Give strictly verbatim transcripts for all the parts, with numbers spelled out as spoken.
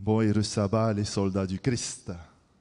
Bon heureux sabbat, les soldats du Christ.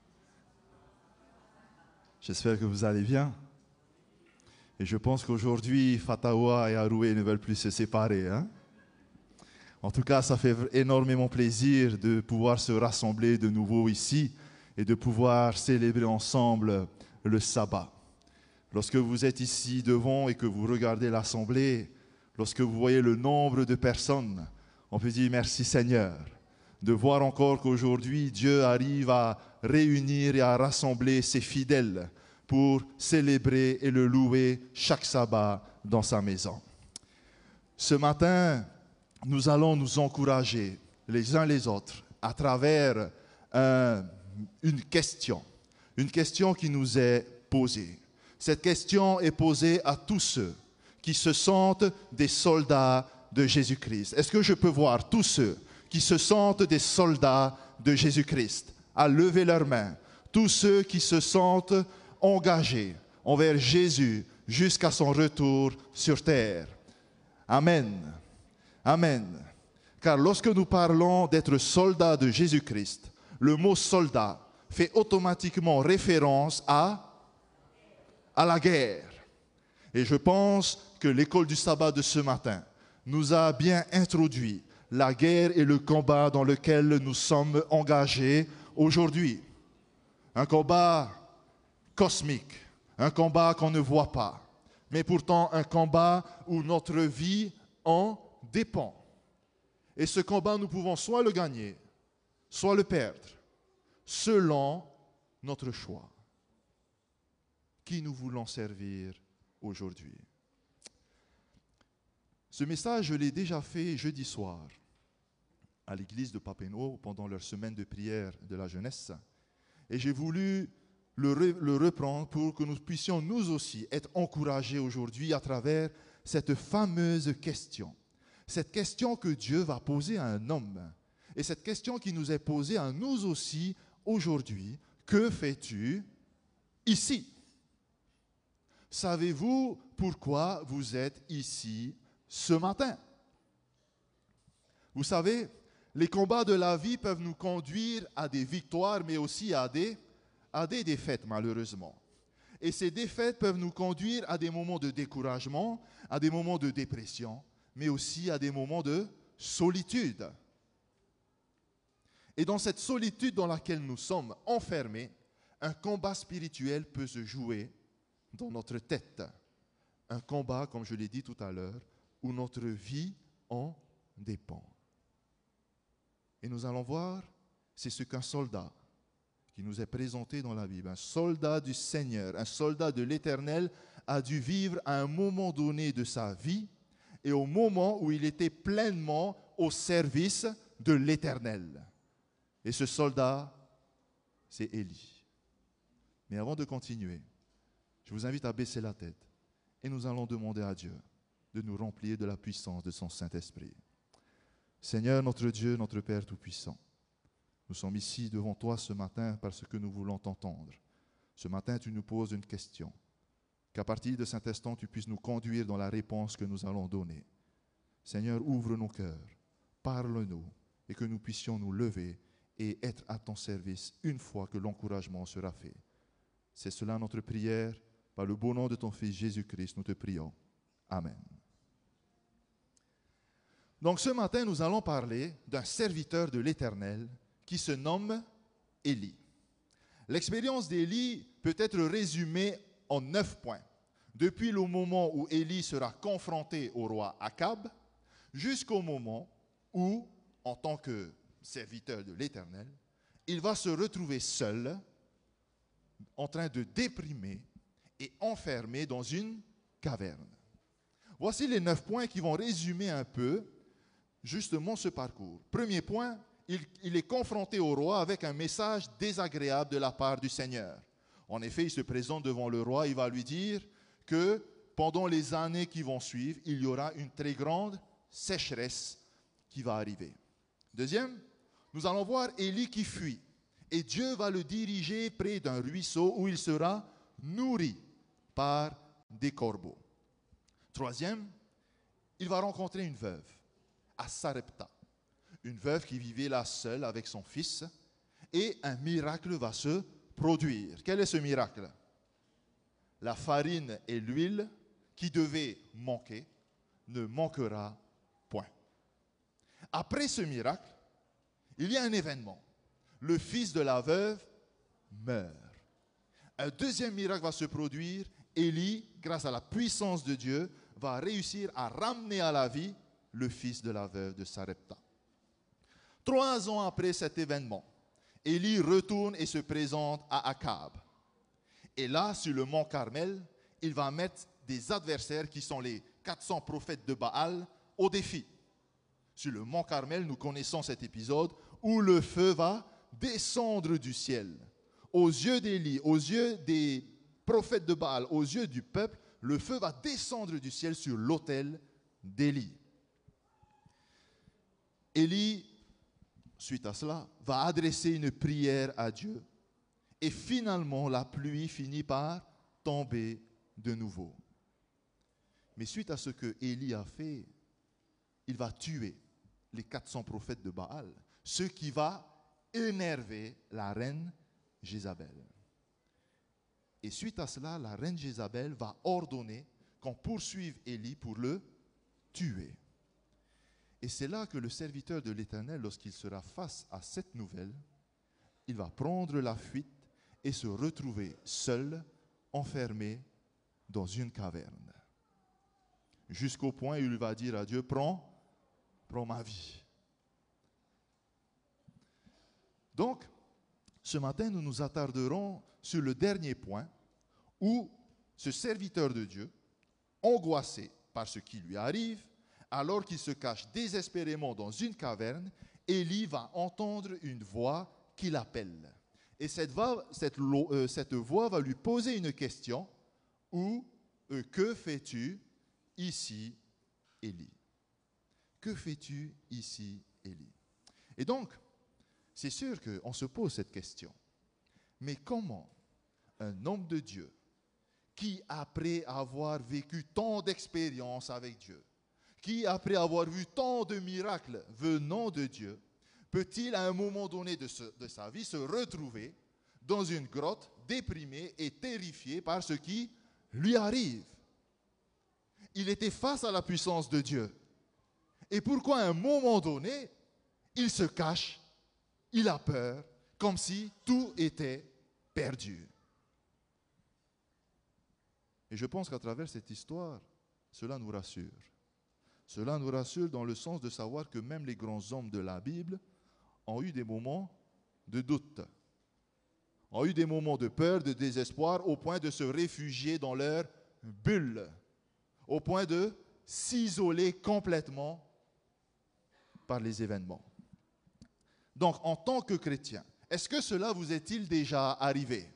J'espère que vous allez bien. Et je pense qu'aujourd'hui, Fatawa et Aroué ne veulent plus se séparer. Hein? En tout cas, ça fait énormément plaisir de pouvoir se rassembler de nouveau ici et de pouvoir célébrer ensemble le sabbat. Lorsque vous êtes ici devant et que vous regardez l'assemblée, lorsque vous voyez le nombre de personnes, on peut dire merci Seigneur de voir encore qu'aujourd'hui Dieu arrive à réunir et à rassembler ses fidèles pour célébrer et le louer chaque sabbat dans sa maison. Ce matin, nous allons nous encourager les uns les autres à travers un, une question, une question qui nous est posée. Cette question est posée à tous ceux qui se sentent des soldats de Jésus-Christ. Est-ce que je peux voir tous ceux qui se sentent des soldats de Jésus-Christ à lever leurs mains? Tous ceux qui se sentent engagés envers Jésus jusqu'à son retour sur terre. Amen. Amen. Car lorsque nous parlons d'être soldats de Jésus-Christ, le mot soldat fait automatiquement référence à, à la guerre. Et je pense que l'école du sabbat de ce matin nous a bien introduit la guerre et le combat dans lequel nous sommes engagés aujourd'hui. Un combat cosmique, un combat qu'on ne voit pas, mais pourtant un combat où notre vie en dépend. Et ce combat, nous pouvons soit le gagner, soit le perdre, selon notre choix. Qui nous voulons servir aujourd'hui? Ce message, je l'ai déjà fait jeudi soir à l'église de Papineau pendant leur semaine de prière de la jeunesse. Et j'ai voulu le, re, le reprendre pour que nous puissions nous aussi être encouragés aujourd'hui à travers cette fameuse question. Cette question que Dieu va poser à un homme. Et cette question qui nous est posée à nous aussi aujourd'hui. Que fais-tu ici? Savez-vous pourquoi vous êtes ici ce matin? Vous savez, les combats de la vie peuvent nous conduire à des victoires, mais aussi à des, à des défaites, malheureusement. Et ces défaites peuvent nous conduire à des moments de découragement, à des moments de dépression, mais aussi à des moments de solitude. Et dans cette solitude dans laquelle nous sommes enfermés, un combat spirituel peut se jouer dans notre tête. Un combat, comme je l'ai dit tout à l'heure, où notre vie en dépend. Et nous allons voir, c'est ce qu'un soldat qui nous est présenté dans la Bible, un soldat du Seigneur, un soldat de l'Éternel, a dû vivre à un moment donné de sa vie et au moment où il était pleinement au service de l'Éternel. Et ce soldat, c'est Élie. Mais avant de continuer, je vous invite à baisser la tête et nous allons demander à Dieu de nous remplir de la puissance de son Saint-Esprit. Seigneur, notre Dieu, notre Père Tout-Puissant, nous sommes ici devant toi ce matin parce que nous voulons t'entendre. Ce matin, tu nous poses une question. Qu'à partir de cet instant, tu puisses nous conduire dans la réponse que nous allons donner. Seigneur, ouvre nos cœurs, parle-nous et que nous puissions nous lever et être à ton service une fois que l'encouragement sera fait. C'est cela notre prière. Par le beau nom de ton Fils Jésus-Christ, nous te prions. Amen. Donc ce matin, nous allons parler d'un serviteur de l'Éternel qui se nomme Élie. L'expérience d'Élie peut être résumée en neuf points. Depuis le moment où Élie sera confronté au roi Akab, jusqu'au moment où, en tant que serviteur de l'Éternel, il va se retrouver seul, en train de déprimer et enfermé dans une caverne. Voici les neuf points qui vont résumer un peu justement ce parcours. Premier point, il, il est confronté au roi avec un message désagréable de la part du Seigneur. En effet, il se présente devant le roi, il va lui dire que pendant les années qui vont suivre, il y aura une très grande sécheresse qui va arriver. Deuxième, nous allons voir Élie qui fuit. Et Dieu va le diriger près d'un ruisseau où il sera nourri par des corbeaux. Troisième, il va rencontrer une veuve à Sarepta. une veuve qui vivait là seule avec son fils, et un miracle va se produire. Quel est ce miracle? La farine et l'huile qui devaient manquer ne manquera point. Après ce miracle, il y a un événement. Le fils de la veuve meurt. Un deuxième miracle va se produire. Élie, grâce à la puissance de Dieu, va réussir à ramener à la vie le fils de la veuve de Sarepta. Trois ans après cet événement, Élie retourne et se présente à Akab. Et là, sur le mont Carmel, il va mettre des adversaires qui sont les quatre cents prophètes de Baal au défi. Sur le mont Carmel, nous connaissons cet épisode où le feu va descendre du ciel. Aux yeux d'Élie, aux yeux des prophètes de Baal, aux yeux du peuple, le feu va descendre du ciel sur l'autel d'Élie. Élie, suite à cela, va adresser une prière à Dieu. Et finalement, la pluie finit par tomber de nouveau. Mais suite à ce que Élie a fait, il va tuer les quatre cents prophètes de Baal, ce qui va énerver la reine Jézabel. Et suite à cela, la reine Jézabel va ordonner qu'on poursuive Élie pour le tuer. Et c'est là que le serviteur de l'Éternel, lorsqu'il sera face à cette nouvelle, il va prendre la fuite et se retrouver seul, enfermé dans une caverne. Jusqu'au point où il va dire à Dieu, prends, prends ma vie. Donc, ce matin, nous nous attarderons sur le dernier point où ce serviteur de Dieu, angoissé par ce qui lui arrive, alors qu'il se cache désespérément dans une caverne, Élie va entendre une voix qui l'appelle. Et cette voix, cette, euh, cette voix va lui poser une question, ou euh, que fais-tu ici, Élie? Que fais-tu ici, Élie? Et donc, c'est sûr qu'on se pose cette question. Mais comment un homme de Dieu, qui après avoir vécu tant d'expériences avec Dieu, qui après avoir vu tant de miracles venant de Dieu, peut-il à un moment donné de, ce, de sa vie se retrouver dans une grotte, déprimé et terrifié par ce qui lui arrive? Il était face à la puissance de Dieu. Et pourquoi à un moment donné, il se cache, il a peur, comme si tout était perdu? Et je pense qu'à travers cette histoire, cela nous rassure. Cela nous rassure dans le sens de savoir que même les grands hommes de la Bible ont eu des moments de doute, ont eu des moments de peur, de désespoir, au point de se réfugier dans leur bulle, au point de s'isoler complètement par les événements. Donc, en tant que chrétien, est-ce que cela vous est-il déjà arrivé?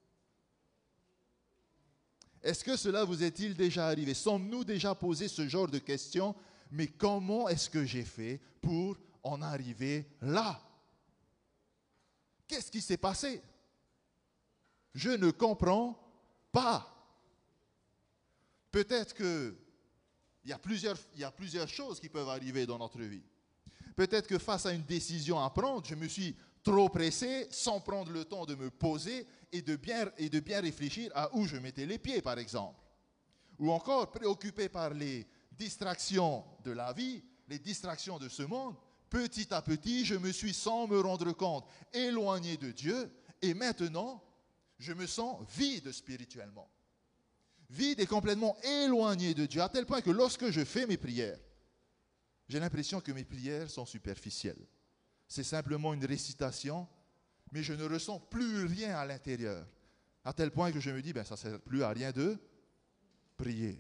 Est-ce que cela vous est-il déjà arrivé? Sommes-nous déjà posé ce genre de questions? Mais comment est-ce que j'ai fait pour en arriver là? Qu'est-ce qui s'est passé? Je ne comprends pas. Peut-être que il y a plusieurs, il y a plusieurs choses qui peuvent arriver dans notre vie. Peut-être que face à une décision à prendre, je me suis trop pressé, sans prendre le temps de me poser et de bien, et de bien réfléchir à où je mettais les pieds, par exemple. Ou encore, préoccupé par les distractions de la vie, les distractions de ce monde, petit à petit, je me suis, sans me rendre compte, éloigné de Dieu, et maintenant, je me sens vide spirituellement. Vide et complètement éloigné de Dieu, à tel point que lorsque je fais mes prières, j'ai l'impression que mes prières sont superficielles. C'est simplement une récitation, mais je ne ressens plus rien à l'intérieur. À tel point que je me dis, ben, ça ne sert plus à rien de prier.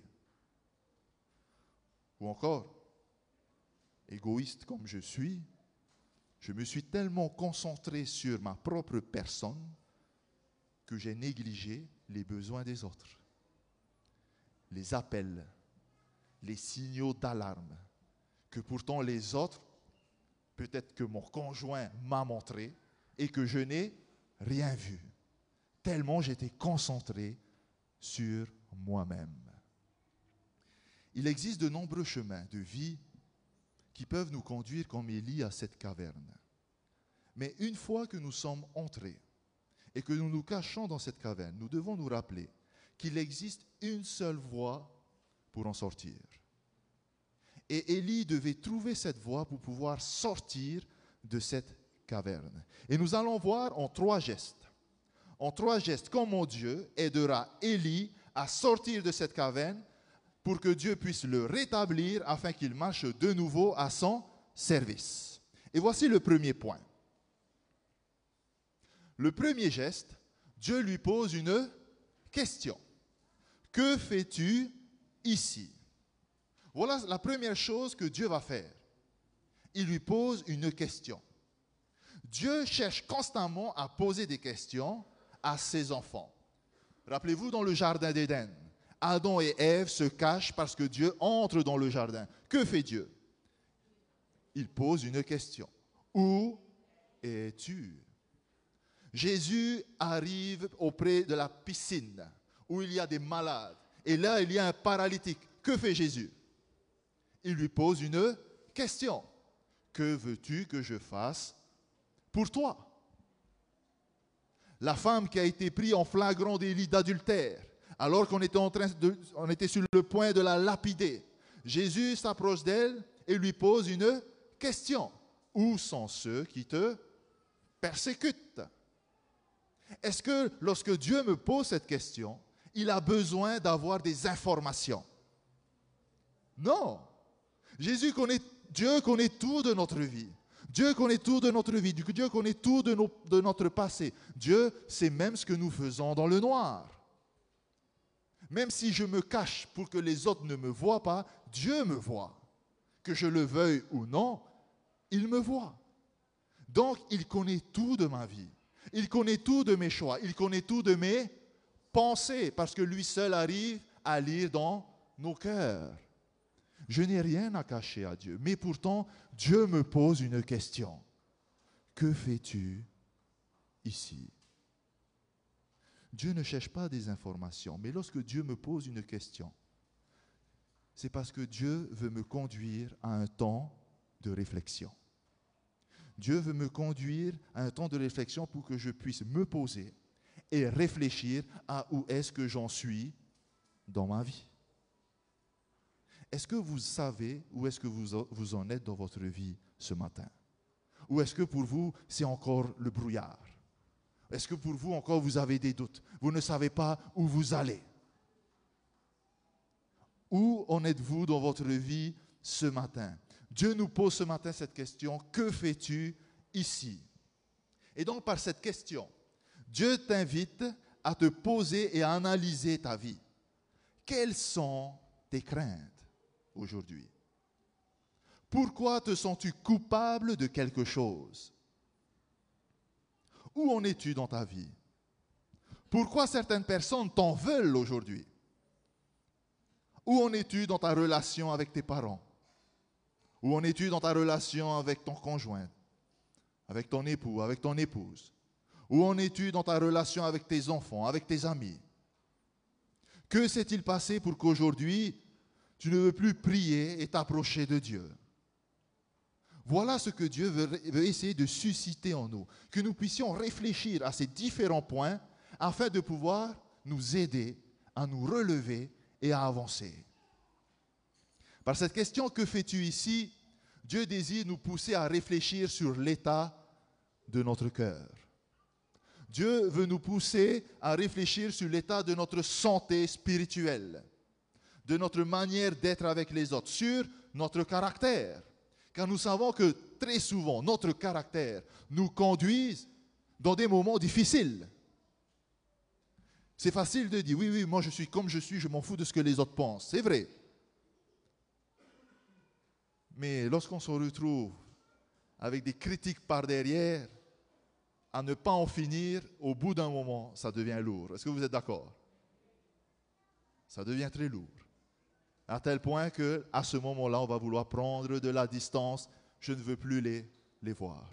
Ou encore, égoïste comme je suis, je me suis tellement concentré sur ma propre personne que j'ai négligé les besoins des autres. Les appels, les signaux d'alarme, que pourtant les autres, peut-être que mon conjoint m'a montré et que je n'ai rien vu. Tellement j'étais concentré sur moi-même. Il existe de nombreux chemins de vie qui peuvent nous conduire comme Élie à cette caverne. Mais une fois que nous sommes entrés et que nous nous cachons dans cette caverne, nous devons nous rappeler qu'il existe une seule voie pour en sortir. Et Élie devait trouver cette voie pour pouvoir sortir de cette caverne. Et nous allons voir en trois gestes. En trois gestes, comment Dieu aidera Élie à sortir de cette caverne pour que Dieu puisse le rétablir afin qu'il marche de nouveau à son service. Et voici le premier point. Le premier geste, Dieu lui pose une question. Que fais-tu ici? Voilà la première chose que Dieu va faire. Il lui pose une question. Dieu cherche constamment à poser des questions à ses enfants. Rappelez-vous dans le jardin d'Éden, Adam et Ève se cachent parce que Dieu entre dans le jardin. Que fait Dieu? Il pose une question. Où es-tu? Jésus arrive auprès de la piscine où il y a des malades. Et là, il y a un paralytique. Que fait Jésus? Il lui pose une question. Que veux-tu que je fasse pour toi? La femme qui a été prise en flagrant délit d'adultère, alors qu'on était, en train de, on était sur le point de la lapider, Jésus s'approche d'elle et lui pose une question. Où sont ceux qui te persécutent? Est-ce que lorsque Dieu me pose cette question, il a besoin d'avoir des informations? Non. Jésus connaît, Dieu connaît tout de notre vie. Dieu connaît tout de notre vie. Dieu connaît tout de, nos, de notre passé. Dieu sait même ce que nous faisons dans le noir. Même si je me cache pour que les autres ne me voient pas, Dieu me voit. Que je le veuille ou non, il me voit. Donc, il connaît tout de ma vie. Il connaît tout de mes choix. Il connaît tout de mes pensées, parce que lui seul arrive à lire dans nos cœurs. Je n'ai rien à cacher à Dieu, mais pourtant, Dieu me pose une question. Que fais-tu ici? Dieu ne cherche pas des informations, mais lorsque Dieu me pose une question, c'est parce que Dieu veut me conduire à un temps de réflexion. Dieu veut me conduire à un temps de réflexion pour que je puisse me poser et réfléchir à où est-ce que j'en suis dans ma vie. Est-ce que vous savez où est-ce que vous, vous en êtes dans votre vie ce matin? Ou est-ce que pour vous, c'est encore le brouillard? Est-ce que pour vous encore, vous avez des doutes? Vous ne savez pas où vous allez? Où en êtes-vous dans votre vie ce matin? Dieu nous pose ce matin cette question, que fais-tu ici? Et donc par cette question, Dieu t'invite à te poser et à analyser ta vie. Quelles sont tes craintes aujourd'hui? Pourquoi te sens-tu coupable de quelque chose? Où en es-tu dans ta vie? Pourquoi certaines personnes t'en veulent aujourd'hui? Où en es-tu dans ta relation avec tes parents? Où en es-tu dans ta relation avec ton conjoint, avec ton époux, avec ton épouse? Où en es-tu dans ta relation avec tes enfants, avec tes amis? Que s'est-il passé pour qu'aujourd'hui, tu ne veux plus prier et t'approcher de Dieu? Voilà ce que Dieu veut, veut essayer de susciter en nous, que nous puissions réfléchir à ces différents points afin de pouvoir nous aider à nous relever et à avancer. Par cette question, que fais-tu ici? Dieu désire nous pousser à réfléchir sur l'état de notre cœur. Dieu veut nous pousser à réfléchir sur l'état de notre santé spirituelle, de notre manière d'être avec les autres, sur notre caractère. Car nous savons que très souvent, notre caractère nous conduit dans des moments difficiles. C'est facile de dire, oui, oui, moi je suis comme je suis, je m'en fous de ce que les autres pensent. C'est vrai. Mais lorsqu'on se retrouve avec des critiques par derrière, à ne pas en finir, au bout d'un moment, ça devient lourd. Est-ce que vous êtes d'accord? Ça devient très lourd. À tel point qu'à ce moment-là, on va vouloir prendre de la distance. Je ne veux plus les, les voir.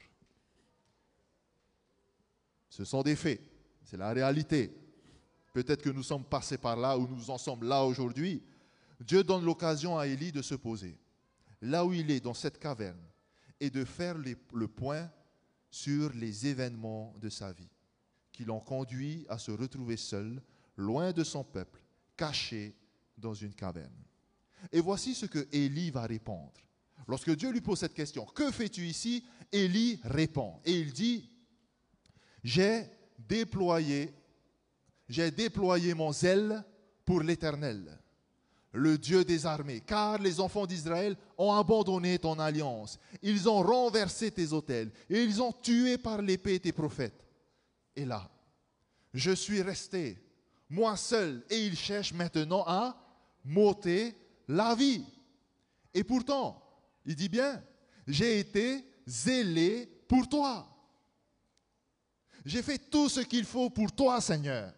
Ce sont des faits. C'est la réalité. Peut-être que nous sommes passés par là ou nous en sommes là aujourd'hui. Dieu donne l'occasion à Élie de se poser. là où il est, dans cette caverne, et de faire les, le point sur les événements de sa vie qui l'ont conduit à se retrouver seul, loin de son peuple, caché dans une caverne. Et voici ce que Élie va répondre. Lorsque Dieu lui pose cette question, « Que fais-tu ici ?» Élie répond et il dit, « J'ai déployé, j'ai déployé mon zèle pour l'Éternel, le Dieu des armées, car les enfants d'Israël ont abandonné ton alliance. Ils ont renversé tes autels et ils ont tué par l'épée tes prophètes. Et là, je suis resté, moi seul, et ils cherchent maintenant à m'ôter la vie. Et pourtant, il dit bien, j'ai été zélé pour toi. J'ai fait tout ce qu'il faut pour toi, Seigneur.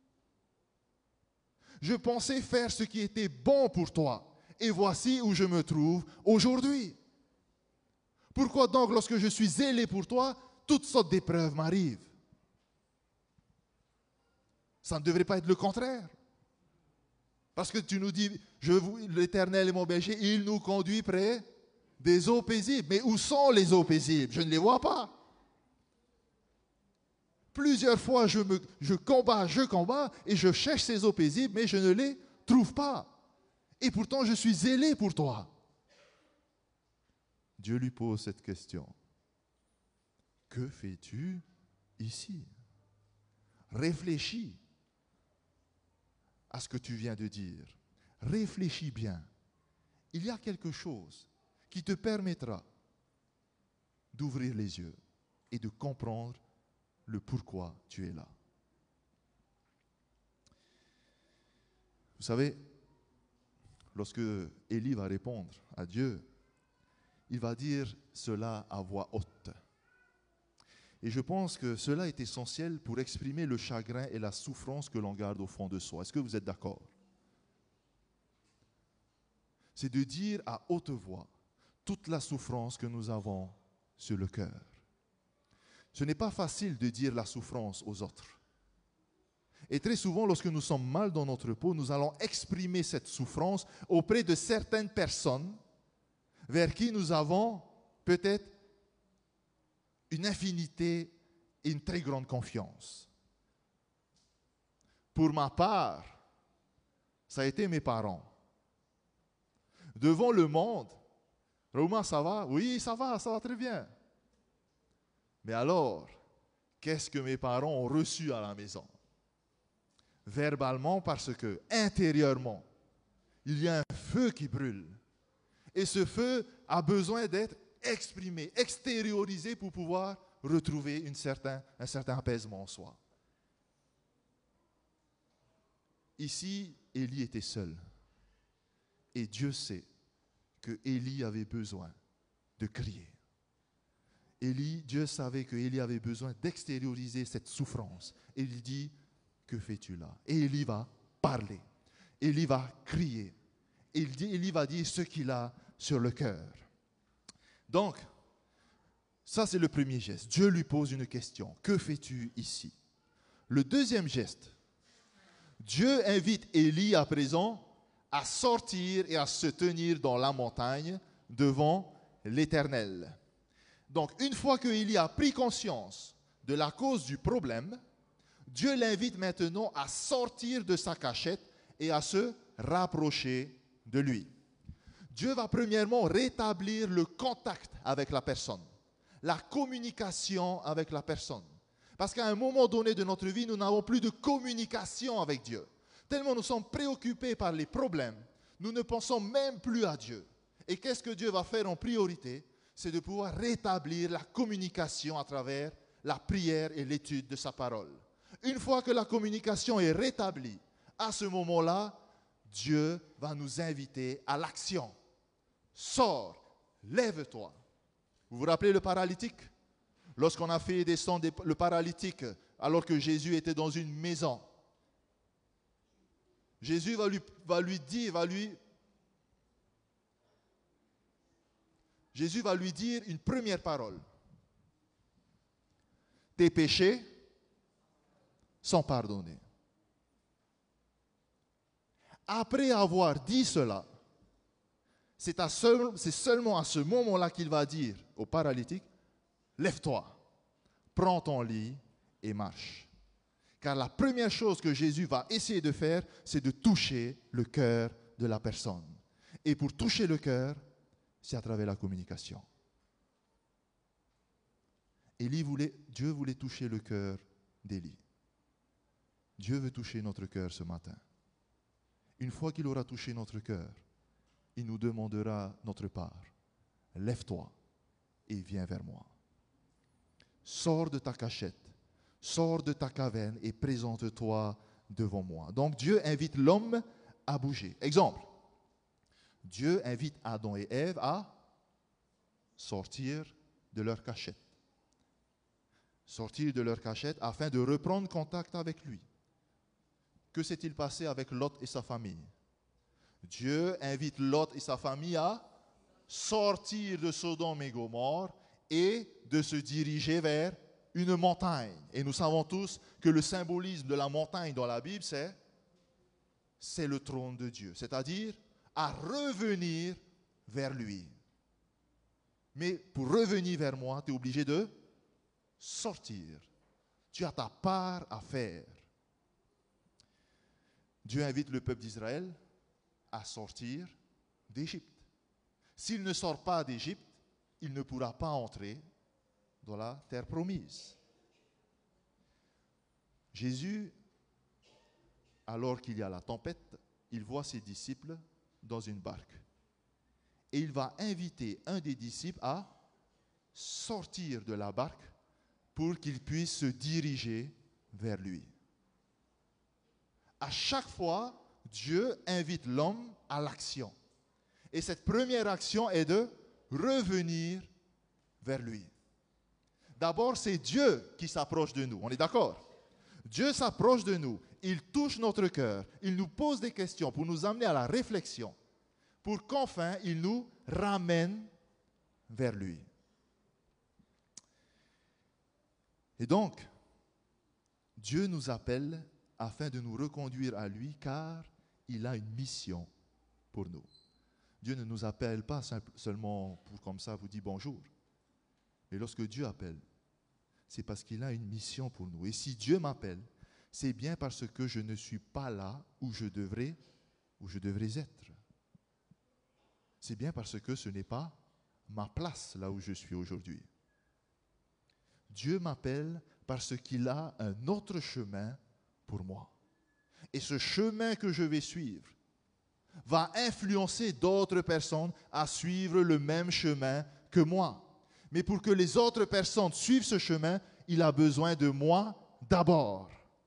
Je pensais faire ce qui était bon pour toi. Et voici où je me trouve aujourd'hui. Pourquoi donc, lorsque je suis zélé pour toi, toutes sortes d'épreuves m'arrivent? Ça ne devrait pas être le contraire. Parce que tu nous dis, je vous, l'Éternel est mon berger, il nous conduit près des eaux paisibles. Mais où sont les eaux paisibles? Je ne les vois pas. Plusieurs fois, je, me, je combats, je combats, et je cherche ces eaux paisibles, mais je ne les trouve pas. Et pourtant, je suis zélé pour toi. Dieu lui pose cette question. Que fais-tu ici? Réfléchis à ce que tu viens de dire. Réfléchis bien. Il y a quelque chose qui te permettra d'ouvrir les yeux et de comprendre le pourquoi tu es là. Vous savez, lorsque Élie va répondre à Dieu, il va dire cela à voix haute. Et je pense que cela est essentiel pour exprimer le chagrin et la souffrance que l'on garde au fond de soi. Est-ce que vous êtes d'accord? C'est de dire à haute voix toute la souffrance que nous avons sur le cœur. Ce n'est pas facile de dire la souffrance aux autres. Et très souvent, lorsque nous sommes mal dans notre peau, nous allons exprimer cette souffrance auprès de certaines personnes vers qui nous avons peut-être une infinité et une très grande confiance. Pour ma part, ça a été mes parents. Devant le monde, Romain, ça va? Oui, ça va, ça va très bien. Mais alors, qu'est-ce que mes parents ont reçu à la maison? Verbalement, parce que intérieurement, il y a un feu qui brûle. Et ce feu a besoin d'être exprimé, extériorisé pour pouvoir retrouver une certain, un certain apaisement en soi. Ici, Élie était seul. Et Dieu sait que Élie avait besoin de crier. Élie, Dieu savait que Élie avait besoin d'extérioriser cette souffrance. Et il dit, que fais-tu là? Et Élie va parler. Élie va crier. Et il dit, Élie va dire ce qu'il a sur le cœur. Donc, ça c'est le premier geste. Dieu lui pose une question. Que fais-tu ici? Le deuxième geste, Dieu invite Élie à présent à sortir et à se tenir dans la montagne devant l'Éternel. Donc, une fois que Élie a pris conscience de la cause du problème, Dieu l'invite maintenant à sortir de sa cachette et à se rapprocher de lui. Dieu va premièrement rétablir le contact avec la personne, la communication avec la personne. Parce qu'à un moment donné de notre vie, nous n'avons plus de communication avec Dieu. Tellement nous sommes préoccupés par les problèmes, nous ne pensons même plus à Dieu. Et qu'est-ce que Dieu va faire en priorité? C'est de pouvoir rétablir la communication à travers la prière et l'étude de sa parole. Une fois que la communication est rétablie, à ce moment-là, Dieu va nous inviter à l'action. Sors, lève-toi. Vous vous rappelez le paralytique? Lorsqu'on a fait descendre le paralytique alors que Jésus était dans une maison, Jésus va lui, va lui dire, va lui... Jésus va lui dire une première parole. Tes péchés sont pardonnés. Après avoir dit cela, c'est à seul- c'est seulement à ce moment-là qu'il va dire au paralytique, lève-toi, prends ton lit et marche. Car la première chose que Jésus va essayer de faire, c'est de toucher le cœur de la personne. Et pour toucher le cœur, c'est à travers la communication. Élie voulait, Dieu voulait toucher le cœur d'Élie. Dieu veut toucher notre cœur ce matin. Une fois qu'il aura touché notre cœur, il nous demandera notre part. Lève-toi et viens vers moi. Sors de ta cachette, sors de ta caverne et présente-toi devant moi. Donc Dieu invite l'homme à bouger. Exemple, Dieu invite Adam et Ève à sortir de leur cachette. Sortir de leur cachette afin de reprendre contact avec lui. Que s'est-il passé avec Lot et sa famille? Dieu invite Lot et sa famille à sortir de Sodome et Gomorrhe et de se diriger vers une montagne. Et nous savons tous que le symbolisme de la montagne dans la Bible, c'est, c'est le trône de Dieu. C'est-à-dire à revenir vers lui. Mais pour revenir vers moi, tu es obligé de sortir. Tu as ta part à faire. Dieu invite le peuple d'Israël à sortir d'Égypte. S'il ne sort pas d'Égypte, il ne pourra pas entrer dans la terre promise. Jésus, alors qu'il y a la tempête, il voit ses disciples dans une barque. Et il va inviter un des disciples à sortir de la barque pour qu'il puisse se diriger vers lui. À chaque fois, Dieu invite l'homme à l'action. Et cette première action est de revenir vers lui. D'abord, c'est Dieu qui s'approche de nous. On est d'accord? Dieu s'approche de nous. Il touche notre cœur. Il nous pose des questions pour nous amener à la réflexion. Pour qu'enfin, il nous ramène vers lui. Et donc, Dieu nous appelle afin de nous reconduire à lui, car il a une mission pour nous. Dieu ne nous appelle pas simple, seulement pour comme ça vous dire bonjour. Mais lorsque Dieu appelle, c'est parce qu'il a une mission pour nous. Et si Dieu m'appelle, c'est bien parce que je ne suis pas là où je devrais, où je devrais être. C'est bien parce que ce n'est pas ma place là où je suis aujourd'hui. Dieu m'appelle parce qu'il a un autre chemin pour moi. Et ce chemin que je vais suivre va influencer d'autres personnes à suivre le même chemin que moi. Mais pour que les autres personnes suivent ce chemin, il a besoin de moi d'abord.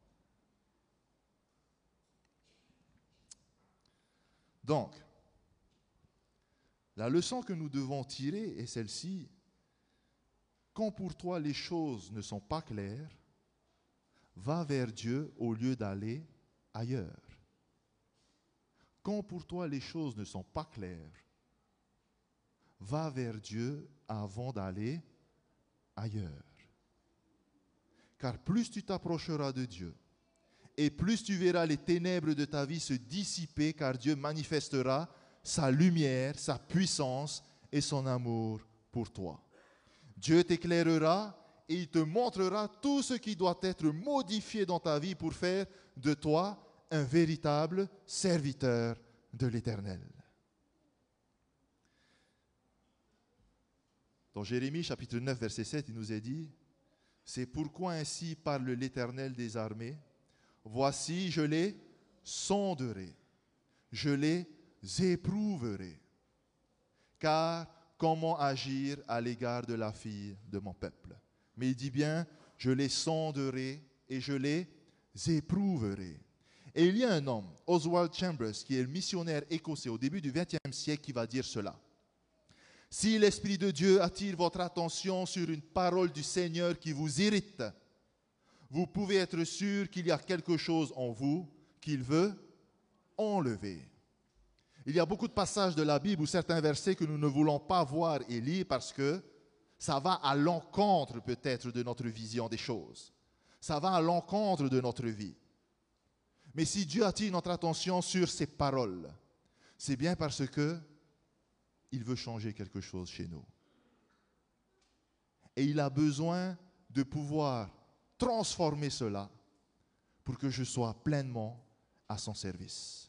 Donc, la leçon que nous devons tirer est celle-ci. Quand pour toi les choses ne sont pas claires, va vers Dieu au lieu d'aller ailleurs. Quand pour toi les choses ne sont pas claires, va vers Dieu avant d'aller ailleurs. Car plus tu t'approcheras de Dieu, et plus tu verras les ténèbres de ta vie se dissiper, car Dieu manifestera sa lumière, sa puissance et son amour pour toi. Dieu t'éclairera et il te montrera tout ce qui doit être modifié dans ta vie pour faire de toi un véritable serviteur de l'Éternel. Dans Jérémie chapitre neuf, verset sept, il nous est dit, « C'est pourquoi ainsi parle l'Éternel des armées, voici je les sonderai, je les éprouverai, car comment agir à l'égard de la fille de mon peuple? » Mais il dit bien, je les sonderai et je les éprouverai. Et il y a un homme, Oswald Chambers, qui est le missionnaire écossais au début du vingtième siècle, qui va dire cela. Si l'Esprit de Dieu attire votre attention sur une parole du Seigneur qui vous irrite, vous pouvez être sûr qu'il y a quelque chose en vous qu'il veut enlever. Il y a beaucoup de passages de la Bible ou certains versets que nous ne voulons pas voir et lire parce que ça va à l'encontre peut-être de notre vision des choses. Ça va à l'encontre de notre vie. Mais si Dieu attire notre attention sur ces paroles, c'est bien parce que il veut changer quelque chose chez nous. Et il a besoin de pouvoir transformer cela pour que je sois pleinement à son service.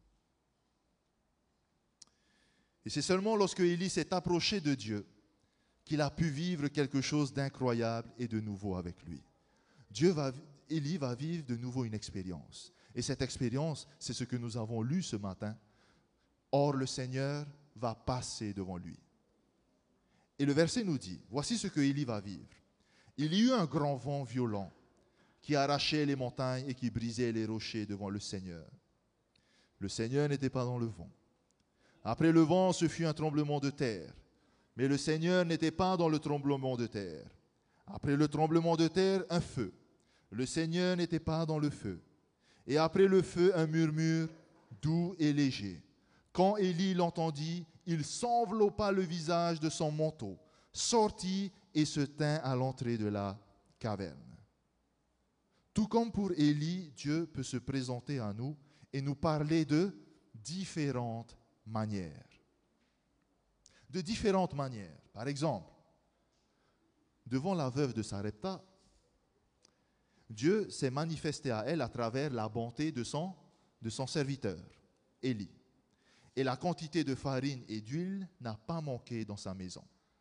Et c'est seulement lorsque Élie s'est approché de Dieu qu'il a pu vivre quelque chose d'incroyable et de nouveau avec lui. Dieu va, Élie va vivre de nouveau une expérience. Et cette expérience, c'est ce que nous avons lu ce matin. Or, le Seigneur va passer devant lui. Et le verset nous dit, voici ce que Élie va vivre. Il y eut un grand vent violent qui arrachait les montagnes et qui brisait les rochers devant le Seigneur. Le Seigneur n'était pas dans le vent. Après le vent, ce fut un tremblement de terre. Mais le Seigneur n'était pas dans le tremblement de terre. Après le tremblement de terre, un feu. Le Seigneur n'était pas dans le feu. Et après le feu, un murmure doux et léger. Quand Élie l'entendit, il s'enveloppa le visage de son manteau, sortit et se tint à l'entrée de la caverne. Tout comme pour Élie, Dieu peut se présenter à nous et nous parler de différentes manières. De différentes manières. Par exemple, devant la veuve de Sarepta, Dieu s'est manifesté à elle à travers la bonté de son, de son serviteur, Élie. Et la quantité de farine et d'huile n'a pas manqué dans sa maison.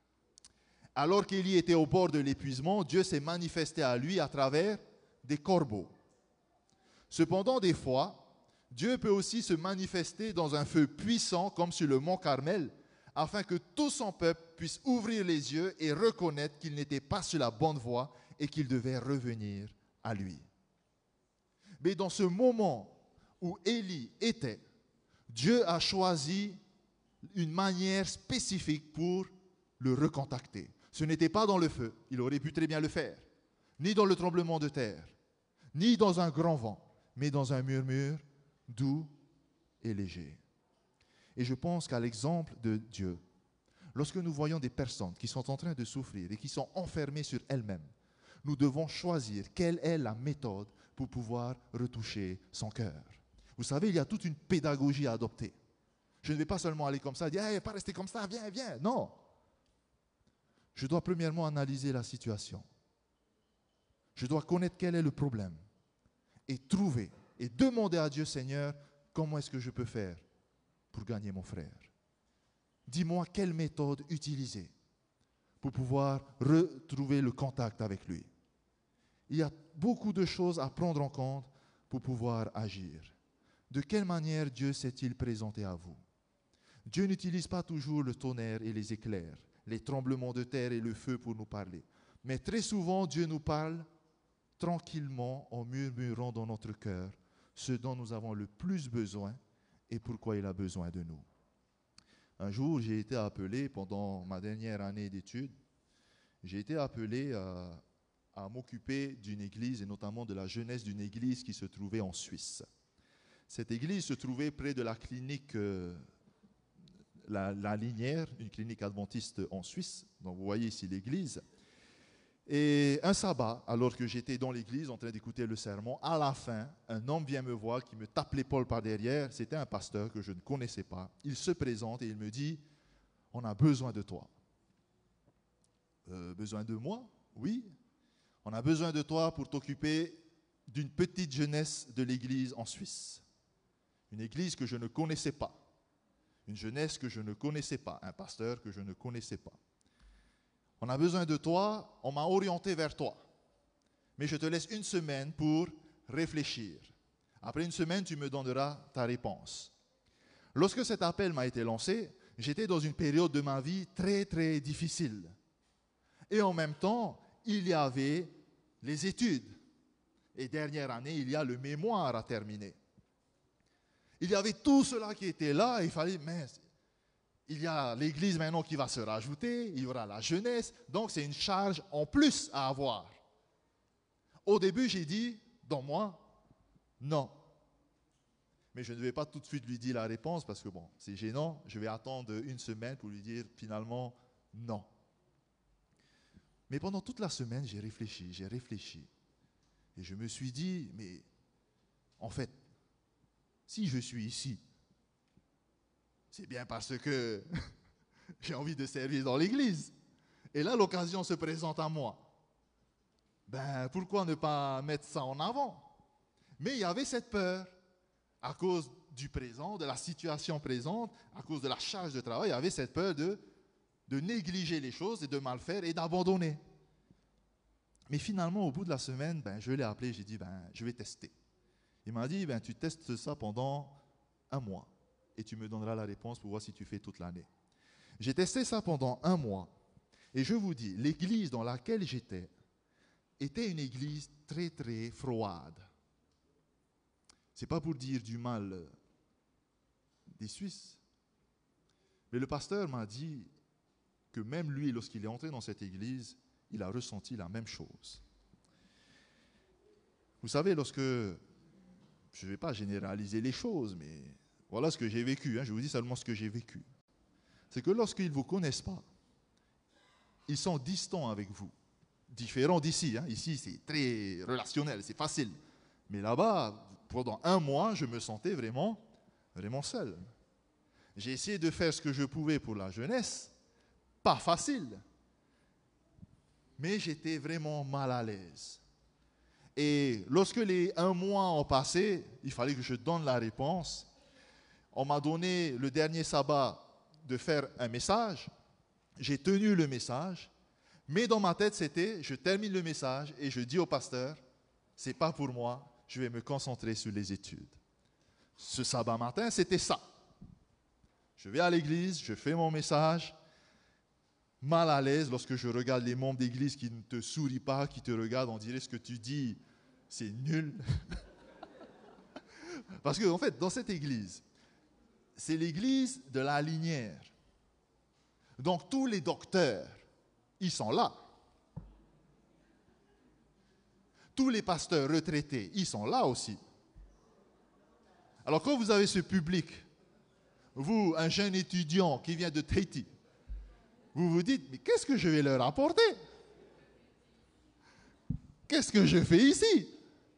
Alors qu'Élie était au bord de l'épuisement, Dieu s'est manifesté à lui à travers des corbeaux. Cependant, des fois, Dieu peut aussi se manifester dans un feu puissant comme sur le mont Carmel, afin que tout son peuple puisse ouvrir les yeux et reconnaître qu'il n'était pas sur la bonne voie et qu'il devait revenir à lui. Mais dans ce moment où Élie était, Dieu a choisi une manière spécifique pour le recontacter. Ce n'était pas dans le feu, il aurait pu très bien le faire, ni dans le tremblement de terre, ni dans un grand vent, mais dans un murmure doux et léger. Et je pense qu'à l'exemple de Dieu, lorsque nous voyons des personnes qui sont en train de souffrir et qui sont enfermées sur elles-mêmes, nous devons choisir quelle est la méthode pour pouvoir retoucher son cœur. Vous savez, il y a toute une pédagogie à adopter. Je ne vais pas seulement aller comme ça, dire hey, « pas rester comme ça, viens, viens ». Non. Je dois premièrement analyser la situation. Je dois connaître quel est le problème et trouver et demander à Dieu, Seigneur, comment est-ce que je peux faire pour gagner mon frère. Dis-moi quelle méthode utiliser pour pouvoir retrouver le contact avec lui. Il y a beaucoup de choses à prendre en compte pour pouvoir agir. De quelle manière Dieu s'est-il présenté à vous? Dieu n'utilise pas toujours le tonnerre et les éclairs, les tremblements de terre et le feu pour nous parler. Mais très souvent, Dieu nous parle tranquillement en murmurant dans notre cœur ce dont nous avons le plus besoin et pourquoi il a besoin de nous. Un jour, j'ai été appelé, pendant ma dernière année d'études, j'ai été appelé à, à m'occuper d'une église, et notamment de la jeunesse d'une église qui se trouvait en Suisse. Cette église se trouvait près de la clinique euh, la, la Linière, une clinique adventiste en Suisse. Donc vous voyez ici l'église. Et un sabbat, alors que j'étais dans l'église en train d'écouter le sermon, à la fin, un homme vient me voir qui me tape l'épaule par derrière. C'était un pasteur que je ne connaissais pas. Il se présente et il me dit « On a besoin de toi. Euh, » Besoin de moi? Oui. On a besoin de toi pour t'occuper d'une petite jeunesse de l'église en Suisse. Une église que je ne connaissais pas. Une jeunesse que je ne connaissais pas. Un pasteur que je ne connaissais pas. On a besoin de toi, on m'a orienté vers toi. Mais je te laisse une semaine pour réfléchir. Après une semaine, tu me donneras ta réponse. Lorsque cet appel m'a été lancé, j'étais dans une période de ma vie très, très difficile. Et en même temps, il y avait les études. Et dernière année, il y a le mémoire à terminer. Il y avait tout cela qui était là, et il fallait... Mais il y a l'église maintenant qui va se rajouter, il y aura la jeunesse, donc c'est une charge en plus à avoir. Au début, j'ai dit, dans moi, non. Mais je ne vais pas tout de suite lui dire la réponse parce que bon, c'est gênant. Je vais attendre une semaine pour lui dire finalement non. Mais pendant toute la semaine, j'ai réfléchi, j'ai réfléchi. Et je me suis dit, mais en fait, si je suis ici, c'est bien parce que J'ai envie de servir dans l'église. Et là, l'occasion se présente à moi. Ben, pourquoi ne pas mettre ça en avant? Mais il y avait cette peur, à cause du présent, de la situation présente, à cause de la charge de travail, il y avait cette peur de, de négliger les choses et de mal faire et d'abandonner. Mais finalement, au bout de la semaine, ben, je l'ai appelé, j'ai dit, ben, je vais tester. Il m'a dit, ben, tu testes ça pendant un mois et tu me donneras la réponse pour voir si tu fais toute l'année. J'ai testé ça pendant un mois et je vous dis, l'église dans laquelle j'étais était une église très très froide. C'est pas pour dire du mal des Suisses, mais le pasteur m'a dit que même lui, lorsqu'il est entré dans cette église, il a ressenti la même chose. Vous savez, lorsque, je ne vais pas généraliser les choses, mais voilà ce que j'ai vécu, hein, je vous dis seulement ce que j'ai vécu. C'est que lorsqu'ils ne vous connaissent pas, ils sont distants avec vous, différents d'ici. Hein. Ici, c'est très relationnel, c'est facile. Mais là-bas, pendant un mois, je me sentais vraiment, vraiment seul. J'ai essayé de faire ce que je pouvais pour la jeunesse, pas facile. Mais j'étais vraiment mal à l'aise. Et lorsque les un mois ont passé, il fallait que je donne la réponse. On m'a donné le dernier sabbat de faire un message. J'ai tenu le message. Mais dans ma tête, c'était, je termine le message et je dis au pasteur, c'est pas pour moi, je vais me concentrer sur les études. Ce sabbat matin, c'était ça. Je vais à l'église, je fais mon message, mal à l'aise lorsque je regarde les membres d'église qui ne te sourient pas, qui te regardent, on dirait ce que tu dis, c'est nul. Parce que, en fait, dans cette église, c'est l'église de la Linière. Donc, tous les docteurs, ils sont là. Tous les pasteurs retraités, ils sont là aussi. Alors, quand vous avez ce public, vous, un jeune étudiant qui vient de Tahiti, vous vous dites, mais qu'est-ce que je vais leur apporter? Qu'est-ce que je fais ici?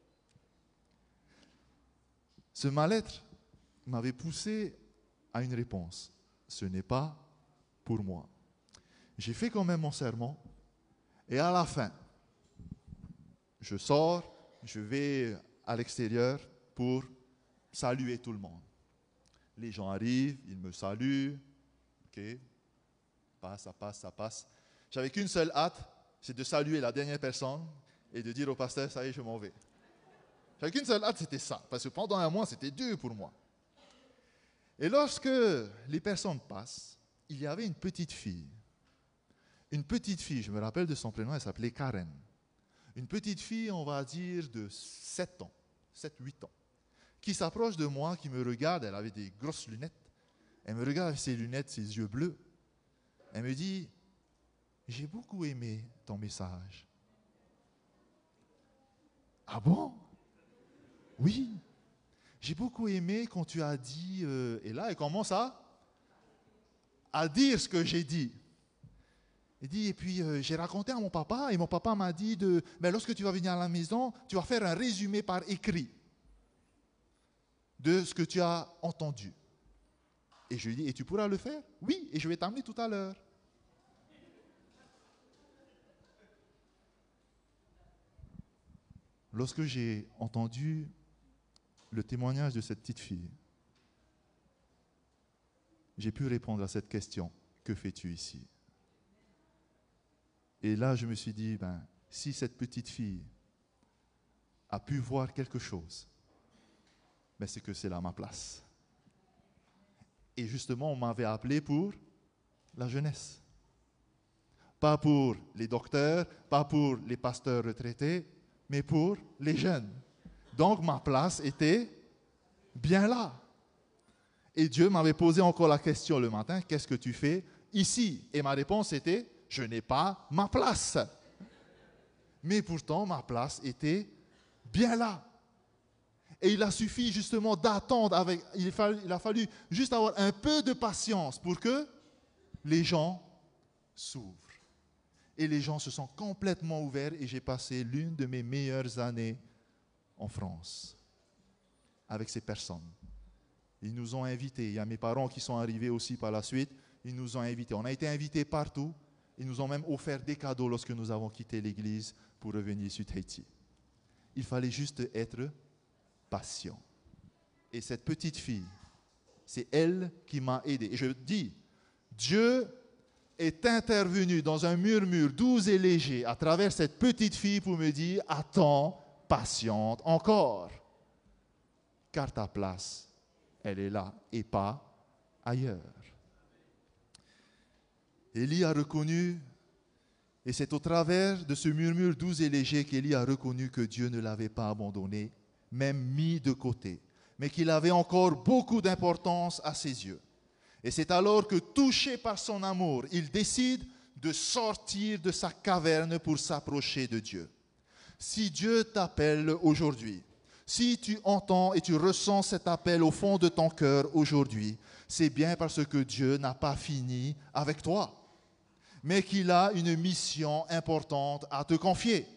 Ce mal-être m'avait poussé à une réponse. Ce n'est pas pour moi. J'ai fait quand même mon serment et à la fin, je sors, je vais à l'extérieur pour saluer tout le monde. Les gens arrivent, ils me saluent, ok, passe, ça passe, ça passe. J'avais qu'une seule hâte, c'est de saluer la dernière personne et de dire au pasteur, ça y est, je m'en vais. J'avais qu'une seule hâte, c'était ça, parce que pendant un mois, c'était dur pour moi. Et lorsque les personnes passent, il y avait une petite fille. Une petite fille, je me rappelle de son prénom, elle s'appelait Karen. Une petite fille, on va dire, de sept ans, sept huit ans, qui s'approche de moi, qui me regarde, elle avait des grosses lunettes. Elle me regarde avec ses lunettes, ses yeux bleus. Elle me dit, j'ai beaucoup aimé ton message. Ah bon? Oui. J'ai beaucoup aimé quand tu as dit... Euh, et là, elle commence à, à dire ce que j'ai dit. Elle dit, et puis euh, j'ai raconté à mon papa, et mon papa m'a dit, de, mais lorsque tu vas venir à la maison, tu vas faire un résumé par écrit de ce que tu as entendu. Et je lui dis, et tu pourras le faire? Oui, et je vais t'amener tout à l'heure. Lorsque j'ai entendu le témoignage de cette petite fille, j'ai pu répondre à cette question, que fais-tu ici? Et là, je me suis dit, ben, si cette petite fille a pu voir quelque chose, ben, c'est que c'est là ma place. Et justement, on m'avait appelé pour la jeunesse. Pas pour les docteurs, pas pour les pasteurs retraités, mais pour les jeunes. Donc ma place était bien là. Et Dieu m'avait posé encore la question le matin, qu'est-ce que tu fais ici? Et ma réponse était, je n'ai pas ma place. Mais pourtant, ma place était bien là. Et il a suffi justement d'attendre, avec, il, a fallu, il a fallu juste avoir un peu de patience pour que les gens s'ouvrent. Et les gens se sont complètement ouverts et j'ai passé l'une de mes meilleures années en France avec ces personnes. Ils nous ont invités. Il y a mes parents qui sont arrivés aussi par la suite. ils nous ont invités. On a été invités partout. Ils nous ont même offert des cadeaux lorsque nous avons quitté l'église pour revenir sur Tahiti. Il fallait juste être patient. Et cette petite fille, c'est elle qui m'a aidé. Et je dis, Dieu est intervenu dans un murmure doux et léger à travers cette petite fille pour me dire, attends, patiente encore. Car ta place, elle est là et pas ailleurs. Élie a reconnu, et c'est au travers de ce murmure doux et léger qu'Élie a reconnu que Dieu ne l'avait pas abandonné, même mis de côté, mais qu'il avait encore beaucoup d'importance à ses yeux. Et c'est alors que, touché par son amour, il décide de sortir de sa caverne pour s'approcher de Dieu. Si Dieu t'appelle aujourd'hui, si tu entends et tu ressens cet appel au fond de ton cœur aujourd'hui, c'est bien parce que Dieu n'a pas fini avec toi, mais qu'il a une mission importante à te confier.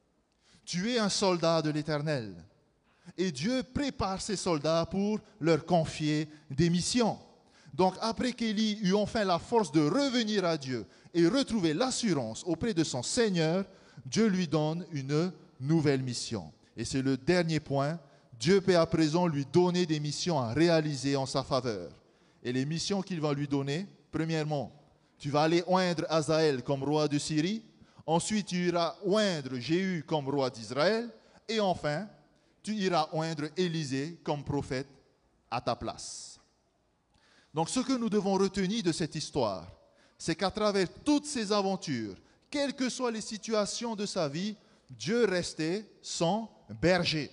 Tu es un soldat de l'Éternel et Dieu prépare ses soldats pour leur confier des missions. Donc après qu'Élie eut enfin la force de revenir à Dieu et retrouver l'assurance auprès de son Seigneur, Dieu lui donne une nouvelle mission. Et c'est le dernier point, Dieu peut à présent lui donner des missions à réaliser en sa faveur. Et les missions qu'il va lui donner, premièrement, tu vas aller oindre Hazaël comme roi de Syrie, ensuite tu iras oindre Jéhu comme roi d'Israël, et enfin, tu iras oindre Élisée comme prophète à ta place. Donc ce que nous devons retenir de cette histoire, c'est qu'à travers toutes ces aventures, quelles que soient les situations de sa vie, Dieu restait son berger.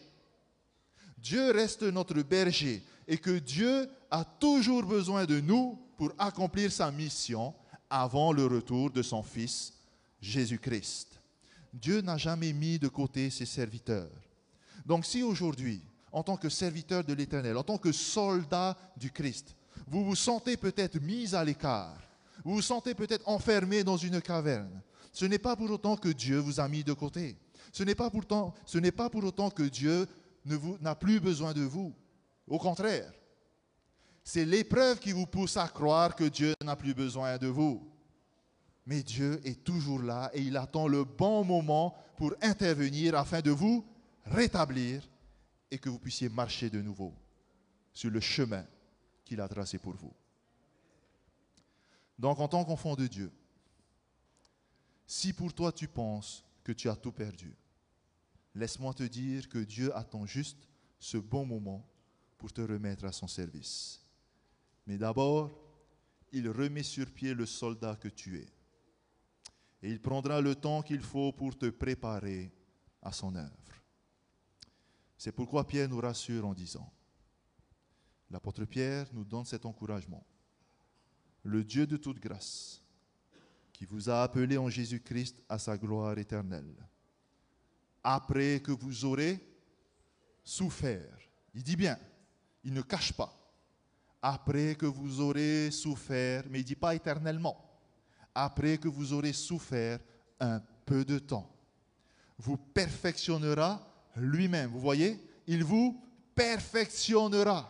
Dieu reste notre berger et que Dieu a toujours besoin de nous pour accomplir sa mission avant le retour de son Fils Jésus-Christ. Dieu n'a jamais mis de côté ses serviteurs. Donc si aujourd'hui, en tant que serviteur de l'Éternel, en tant que soldat du Christ, vous vous sentez peut-être mis à l'écart, vous vous sentez peut-être enfermé dans une caverne, ce n'est pas pour autant que Dieu vous a mis de côté. Ce n'est pas, pourtant, ce n'est pas pour autant que Dieu ne vous, n'a plus besoin de vous. Au contraire, c'est l'épreuve qui vous pousse à croire que Dieu n'a plus besoin de vous. Mais Dieu est toujours là et il attend le bon moment pour intervenir afin de vous rétablir et que vous puissiez marcher de nouveau sur le chemin qu'il a tracé pour vous. Donc, en tant qu'enfant de Dieu, si pour toi tu penses que tu as tout perdu, laisse-moi te dire que Dieu attend juste ce bon moment pour te remettre à son service. Mais d'abord, il remet sur pied le soldat que tu es. Et il prendra le temps qu'il faut pour te préparer à son œuvre. C'est pourquoi Pierre nous rassure en disant, l'apôtre Pierre nous donne cet encouragement. Le Dieu de toute grâce, qui vous a appelé en Jésus-Christ à sa gloire éternelle, après que vous aurez souffert, il dit bien, il ne cache pas, après que vous aurez souffert, mais il ne dit pas éternellement, après que vous aurez souffert un peu de temps, vous perfectionnera lui-même. Vous voyez, il vous perfectionnera.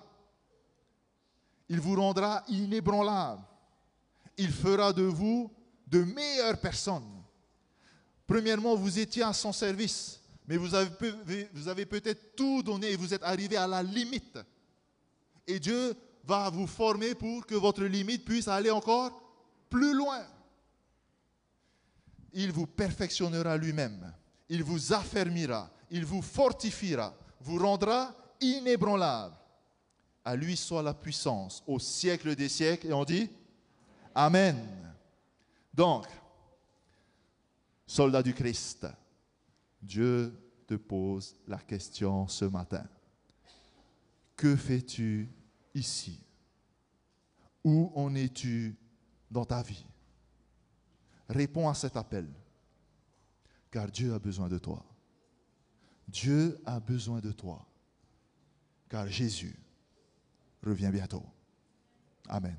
Il vous rendra inébranlable. Il fera de vous de meilleures personnes. Premièrement, vous étiez à son service, mais vous avez, vous avez peut-être tout donné et vous êtes arrivé à la limite. Et Dieu va vous former pour que votre limite puisse aller encore plus loin. Il vous perfectionnera lui-même. Il vous affermira. Il vous fortifiera. Vous rendra inébranlable. À lui soit la puissance au siècle des siècles. Et on dit Amen. Donc, soldat du Christ, Dieu te pose la question ce matin. Que fais-tu ici? Où en es-tu dans ta vie? Réponds à cet appel, car Dieu a besoin de toi. Dieu a besoin de toi, car Jésus revient bientôt. Amen.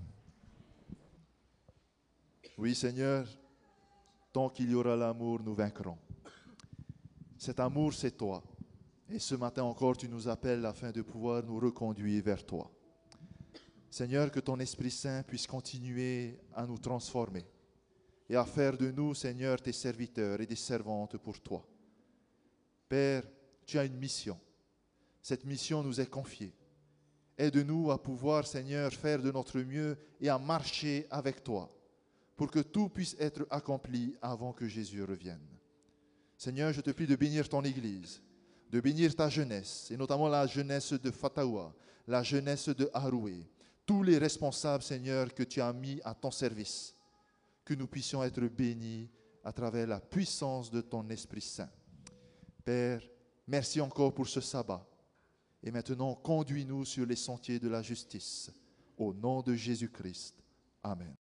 Oui, Seigneur, tant qu'il y aura l'amour, nous vaincrons. Cet amour, c'est toi. Et ce matin encore, tu nous appelles afin de pouvoir nous reconduire vers toi. Seigneur, que ton Esprit Saint puisse continuer à nous transformer et à faire de nous, Seigneur, tes serviteurs et des servantes pour toi. Père, tu as une mission. Cette mission nous est confiée. Aide-nous à pouvoir, Seigneur, faire de notre mieux et à marcher avec toi pour que tout puisse être accompli avant que Jésus revienne. Seigneur, je te prie de bénir ton Église, de bénir ta jeunesse, et notamment la jeunesse de Fatawa, la jeunesse de Haroué, tous les responsables, Seigneur, que tu as mis à ton service, que nous puissions être bénis à travers la puissance de ton Esprit Saint. Père, merci encore pour ce sabbat. Et maintenant, conduis-nous sur les sentiers de la justice. Au nom de Jésus-Christ. Amen.